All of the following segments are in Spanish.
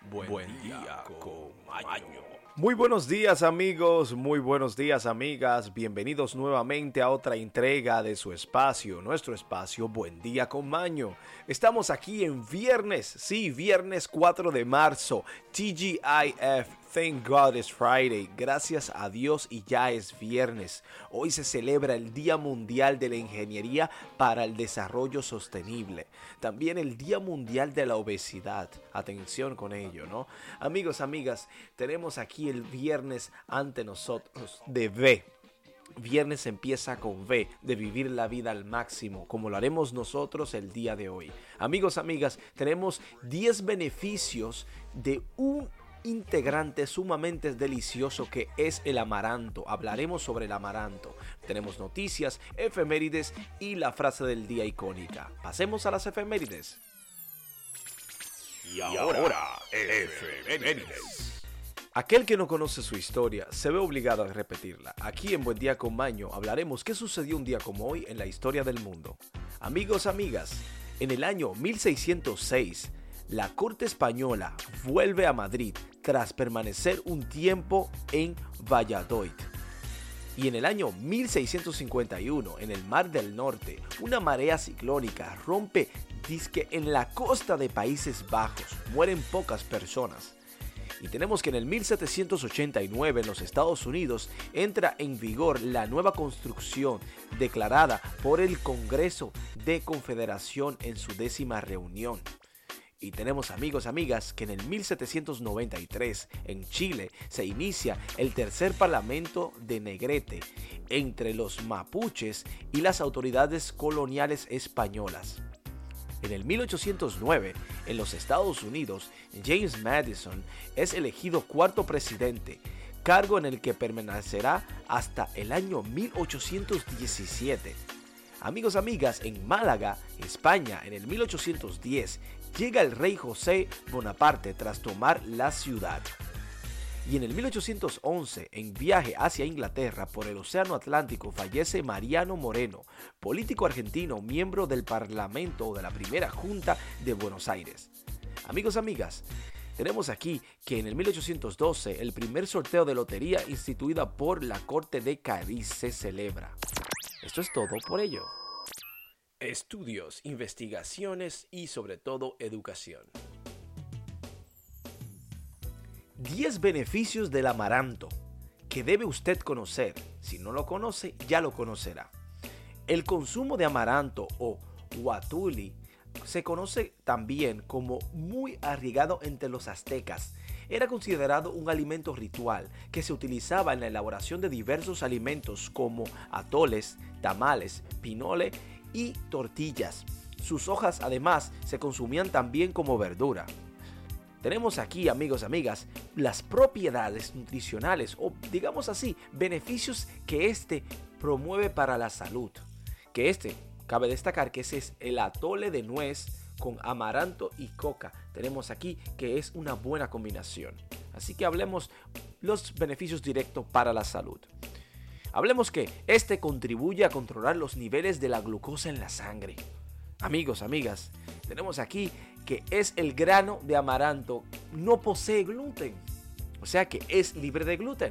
Buen día con Maño. Muy buenos días amigos, muy buenos días amigas, bienvenidos nuevamente a otra entrega de su espacio, nuestro espacio Buen Día con Maño. Estamos aquí en viernes, viernes 4 de marzo, TGIF, Thank God it's Friday, gracias a Dios y ya es viernes. Hoy se celebra el Día Mundial de la Ingeniería para el Desarrollo Sostenible, también el Día Mundial de la Obesidad, atención con ello, ¿no? Amigos, amigas, tenemos aquí el viernes ante nosotros de V. Viernes empieza con V, de vivir la vida al máximo, como lo haremos nosotros el día de hoy. Amigos, amigas, tenemos 10 beneficios de un integrante sumamente delicioso que es el amaranto. Hablaremos sobre el amaranto. Tenemos noticias, efemérides y la frase del día icónica. Pasemos a las efemérides. Y ahora, efemérides. Aquel que no conoce su historia se ve obligado a repetirla. Aquí en Buen Día con Maño hablaremos qué sucedió un día como hoy en la historia del mundo. Amigos, amigas, en el año 1606, la corte española vuelve a Madrid tras permanecer un tiempo en Valladolid. Y en el año 1651, en el Mar del Norte, una marea ciclónica rompe disque en la costa de Países Bajos. Mueren pocas personas. Y tenemos que en el 1789 en los Estados Unidos entra en vigor la nueva Constitución declarada por el Congreso de Confederación en su 10ª reunión. Y tenemos, amigos, amigas, que en el 1793 en Chile se inicia el tercer parlamento de Negrete entre los mapuches y las autoridades coloniales españolas. En el 1809, en los Estados Unidos, James Madison es elegido cuarto presidente, cargo en el que permanecerá hasta el año 1817. Amigos, amigas, en Málaga, España, en el 1810, llega el rey José Bonaparte tras tomar la ciudad. Y en el 1811, en viaje hacia Inglaterra por el Océano Atlántico, fallece Mariano Moreno, político argentino, miembro del Parlamento de la Primera Junta de Buenos Aires. Amigos, amigas, tenemos aquí que en el 1812 el primer sorteo de lotería instituida por la Corte de Cádiz se celebra. Esto es todo por ello. Estudios, investigaciones y sobre todo educación. 10 beneficios del amaranto que debe usted conocer. Si no lo conoce, ya lo conocerá. El consumo de amaranto o huatuli se conoce también como muy arraigado entre los aztecas. Era considerado un alimento ritual que se utilizaba en la elaboración de diversos alimentos como atoles, tamales, pinole y tortillas. Sus hojas además se consumían también como verdura. Tenemos aquí, amigos, amigas, las propiedades nutricionales o, digamos así, beneficios que promueve para la salud. Cabe destacar que ese es el atole de nuez con amaranto y coca. Tenemos aquí que es una buena combinación. Así que hablemos los beneficios directos para la salud. Hablemos que contribuye a controlar los niveles de la glucosa en la sangre. Amigos, amigas, tenemos aquí que es el grano de amaranto, no posee gluten, o sea que es libre de gluten.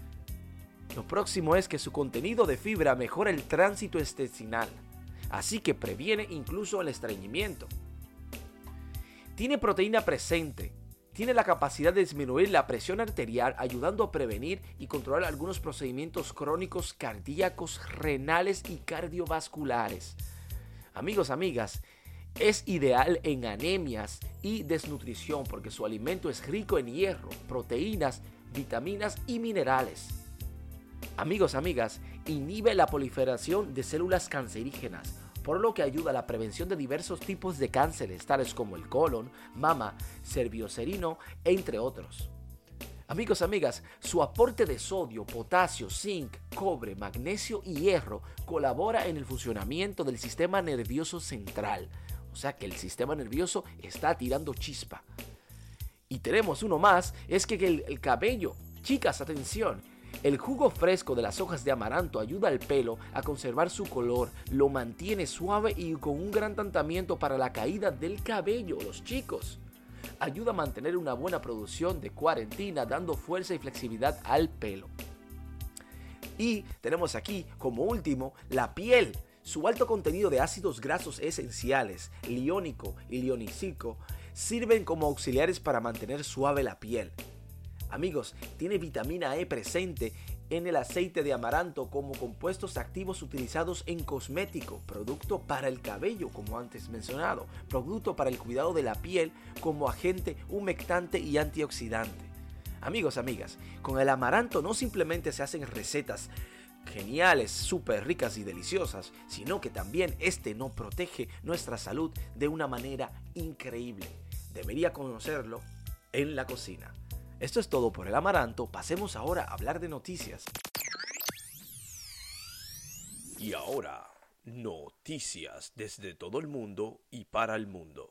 Lo próximo es que su contenido de fibra mejora el tránsito intestinal, así que previene incluso el estreñimiento. Tiene proteína presente, tiene la capacidad de disminuir la presión arterial, ayudando a prevenir y controlar algunos procedimientos crónicos cardíacos, renales y cardiovasculares. Amigos, amigas, es ideal en anemias y desnutrición porque su alimento es rico en hierro, proteínas, vitaminas y minerales. Amigos, amigas, inhibe la proliferación de células cancerígenas, por lo que ayuda a la prevención de diversos tipos de cánceres, tales como el colon, mama, cervicerino, entre otros. Amigos, amigas, su aporte de sodio, potasio, zinc, cobre, magnesio y hierro colabora en el funcionamiento del sistema nervioso central. O sea que el sistema nervioso está tirando chispa. Y tenemos uno más, es que el cabello, chicas, atención, el jugo fresco de las hojas de amaranto ayuda al pelo a conservar su color, lo mantiene suave y con un gran tratamiento para la caída del cabello, los chicos. Ayuda a mantener una buena producción de cuarentena, dando fuerza y flexibilidad al pelo. Y tenemos aquí, como último, la piel. Su alto contenido de ácidos grasos esenciales, liónico y lionicílico, sirven como auxiliares para mantener suave la piel. Amigos, tiene vitamina E presente en el aceite de amaranto como compuestos activos utilizados en cosmético, producto para el cabello como antes mencionado, producto para el cuidado de la piel como agente humectante y antioxidante. Amigos, amigas, con el amaranto no simplemente se hacen recetas geniales, súper ricas y deliciosas, sino que también nos protege nuestra salud de una manera increíble. Debería conocerlo en la cocina. Esto es todo por el amaranto. Pasemos ahora a hablar de noticias. Y ahora, noticias desde todo el mundo y para el mundo.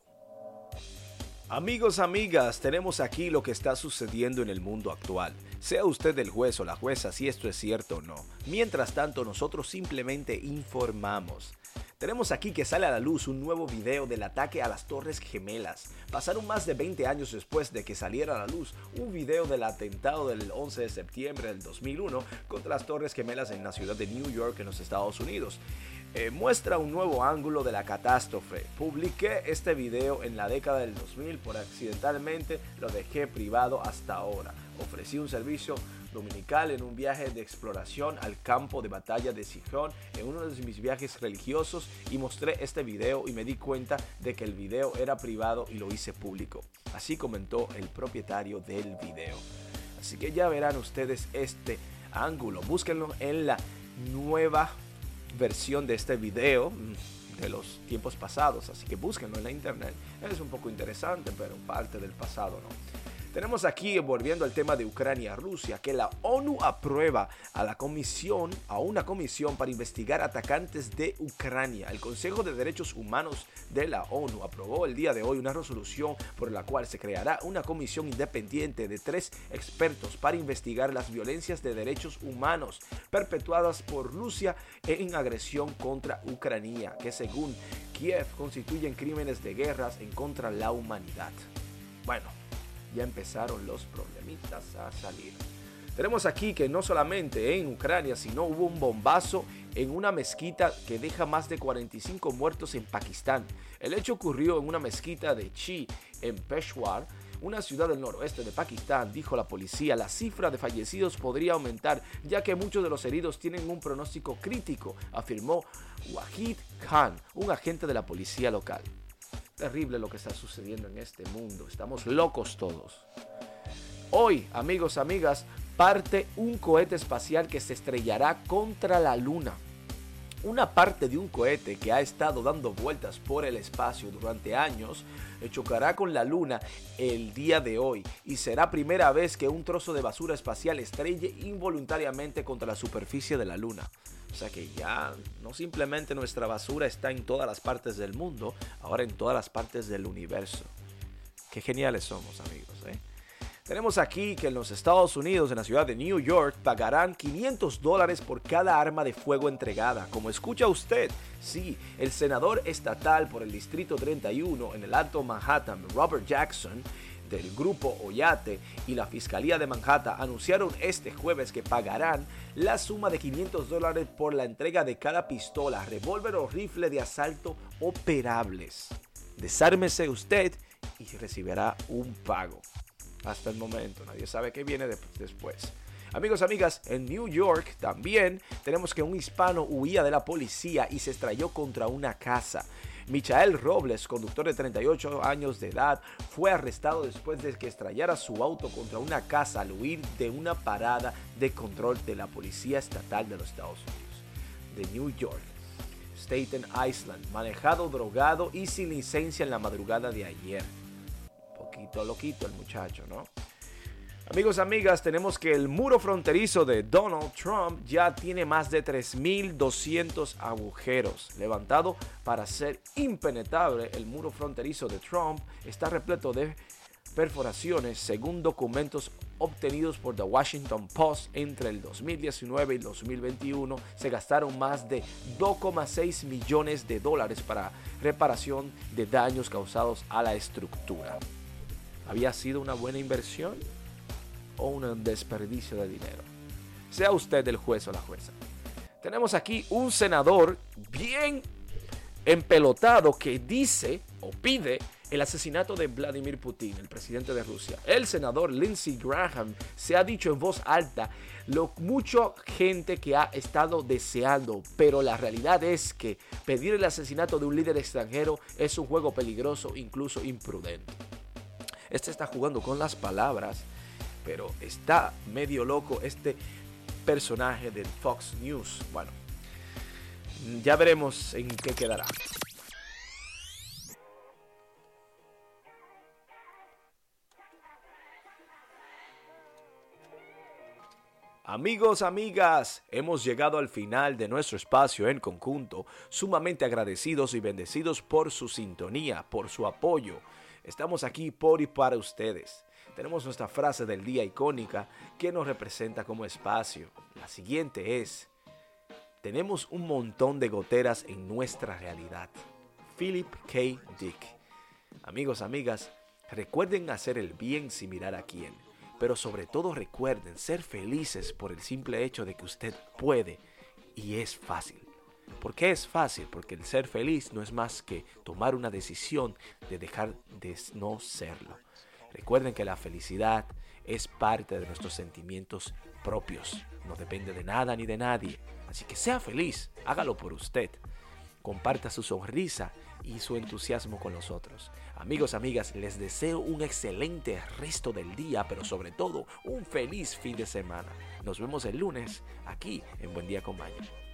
Amigos, amigas, tenemos aquí lo que está sucediendo en el mundo actual. Sea usted el juez o la jueza si esto es cierto o no. Mientras tanto, nosotros simplemente informamos. Tenemos aquí que sale a la luz un nuevo video del ataque a las Torres Gemelas. Pasaron más de 20 años después de que saliera a la luz un video del atentado del 11 de septiembre del 2001 contra las Torres Gemelas en la ciudad de New York, en los Estados Unidos. Muestra un nuevo ángulo de la catástrofe. Publiqué este video en la década del 2000 por accidentalmente, lo dejé privado hasta ahora. Ofrecí un servicio dominical en un viaje de exploración al campo de batalla de Sihón en uno de mis viajes religiosos y mostré este video y me di cuenta de que el video era privado y lo hice público. Así comentó el propietario del video. Así que ya verán ustedes este ángulo. Búsquenlo en la nueva versión de este video de los tiempos pasados, así que búsquenlo en la internet. Es un poco interesante, pero parte del pasado, ¿no? Tenemos aquí, volviendo al tema de Ucrania-Rusia, que la ONU aprueba a una comisión para investigar atacantes de Ucrania. El Consejo de Derechos Humanos de la ONU aprobó el día de hoy una resolución por la cual se creará una comisión independiente de 3 expertos para investigar las violencias de derechos humanos perpetuadas por Rusia en agresión contra Ucrania, que según Kiev constituyen crímenes de guerra en contra de la humanidad. Bueno, ya empezaron los problemitas a salir. Tenemos aquí que no solamente en Ucrania, sino hubo un bombazo en una mezquita que deja más de 45 muertos en Pakistán. El hecho ocurrió en una mezquita de Chi, en Peshawar, una ciudad del noroeste de Pakistán. Dijo la policía, la cifra de fallecidos podría aumentar, ya que muchos de los heridos tienen un pronóstico crítico, afirmó Wahid Khan, un agente de la policía local. Terrible lo que está sucediendo en este mundo. Estamos locos todos. Hoy, amigos, amigas, parte un cohete espacial que se estrellará contra la Luna. Una parte de un cohete que ha estado dando vueltas por el espacio durante años chocará con la Luna el día de hoy y será primera vez que un trozo de basura espacial estrelle involuntariamente contra la superficie de la Luna. O sea que ya no simplemente nuestra basura está en todas las partes del mundo, ahora en todas las partes del universo. Qué geniales somos, amigos, ¿eh? Tenemos aquí que en los Estados Unidos, en la ciudad de New York, pagarán $500 por cada arma de fuego entregada. Como escucha usted, sí, el senador estatal por el Distrito 31 en el Alto Manhattan, Robert Jackson, del grupo Oyate y la Fiscalía de Manhattan anunciaron este jueves que pagarán la suma de $500 por la entrega de cada pistola, revólver o rifle de asalto operables. Desármese usted y recibirá un pago. Hasta el momento, nadie sabe qué viene después. Amigos, amigas, en New York también tenemos que un hispano huía de la policía y se estrelló contra una casa. Michael Robles, conductor de 38 años de edad, fue arrestado después de que estrellara su auto contra una casa al huir de una parada de control de la Policía Estatal de los Estados Unidos de New York, Staten Island, manejado drogado y sin licencia en la madrugada de ayer. Poquito loquito el muchacho, ¿no? Amigos, amigas, tenemos que el muro fronterizo de Donald Trump ya tiene más de 3.200 agujeros. Levantado para ser impenetrable, el muro fronterizo de Trump está repleto de perforaciones, según documentos obtenidos por The Washington Post. Entre el 2019 y el 2021 se gastaron más de $2,6 millones para reparación de daños causados a la estructura. ¿Había sido una buena inversión o un desperdicio de dinero? Sea usted el juez o la jueza. Tenemos aquí un senador bien empelotado que dice o pide el asesinato de Vladimir Putin, el presidente de Rusia. El senador Lindsey Graham se ha dicho en voz alta lo mucha gente que ha estado deseando, pero la realidad es que pedir el asesinato de un líder extranjero es un juego peligroso, incluso imprudente. Este está jugando con las palabras, pero está medio loco este personaje del Fox News. Bueno, ya veremos en qué quedará. Amigos, amigas, hemos llegado al final de nuestro espacio en conjunto, sumamente agradecidos y bendecidos por su sintonía, por su apoyo. Estamos aquí por y para ustedes. Tenemos nuestra frase del día icónica que nos representa como espacio. La siguiente es: tenemos un montón de goteras en nuestra realidad. Philip K. Dick. Amigos, amigas, recuerden hacer el bien sin mirar a quién. Pero sobre todo recuerden ser felices por el simple hecho de que usted puede y es fácil. ¿Por qué es fácil? Porque el ser feliz no es más que tomar una decisión de dejar de no serlo. Recuerden que la felicidad es parte de nuestros sentimientos propios. No depende de nada ni de nadie. Así que sea feliz, hágalo por usted. Comparta su sonrisa y su entusiasmo con los otros. Amigos, amigas, les deseo un excelente resto del día, pero sobre todo un feliz fin de semana. Nos vemos el lunes aquí en Buen Día con Maña.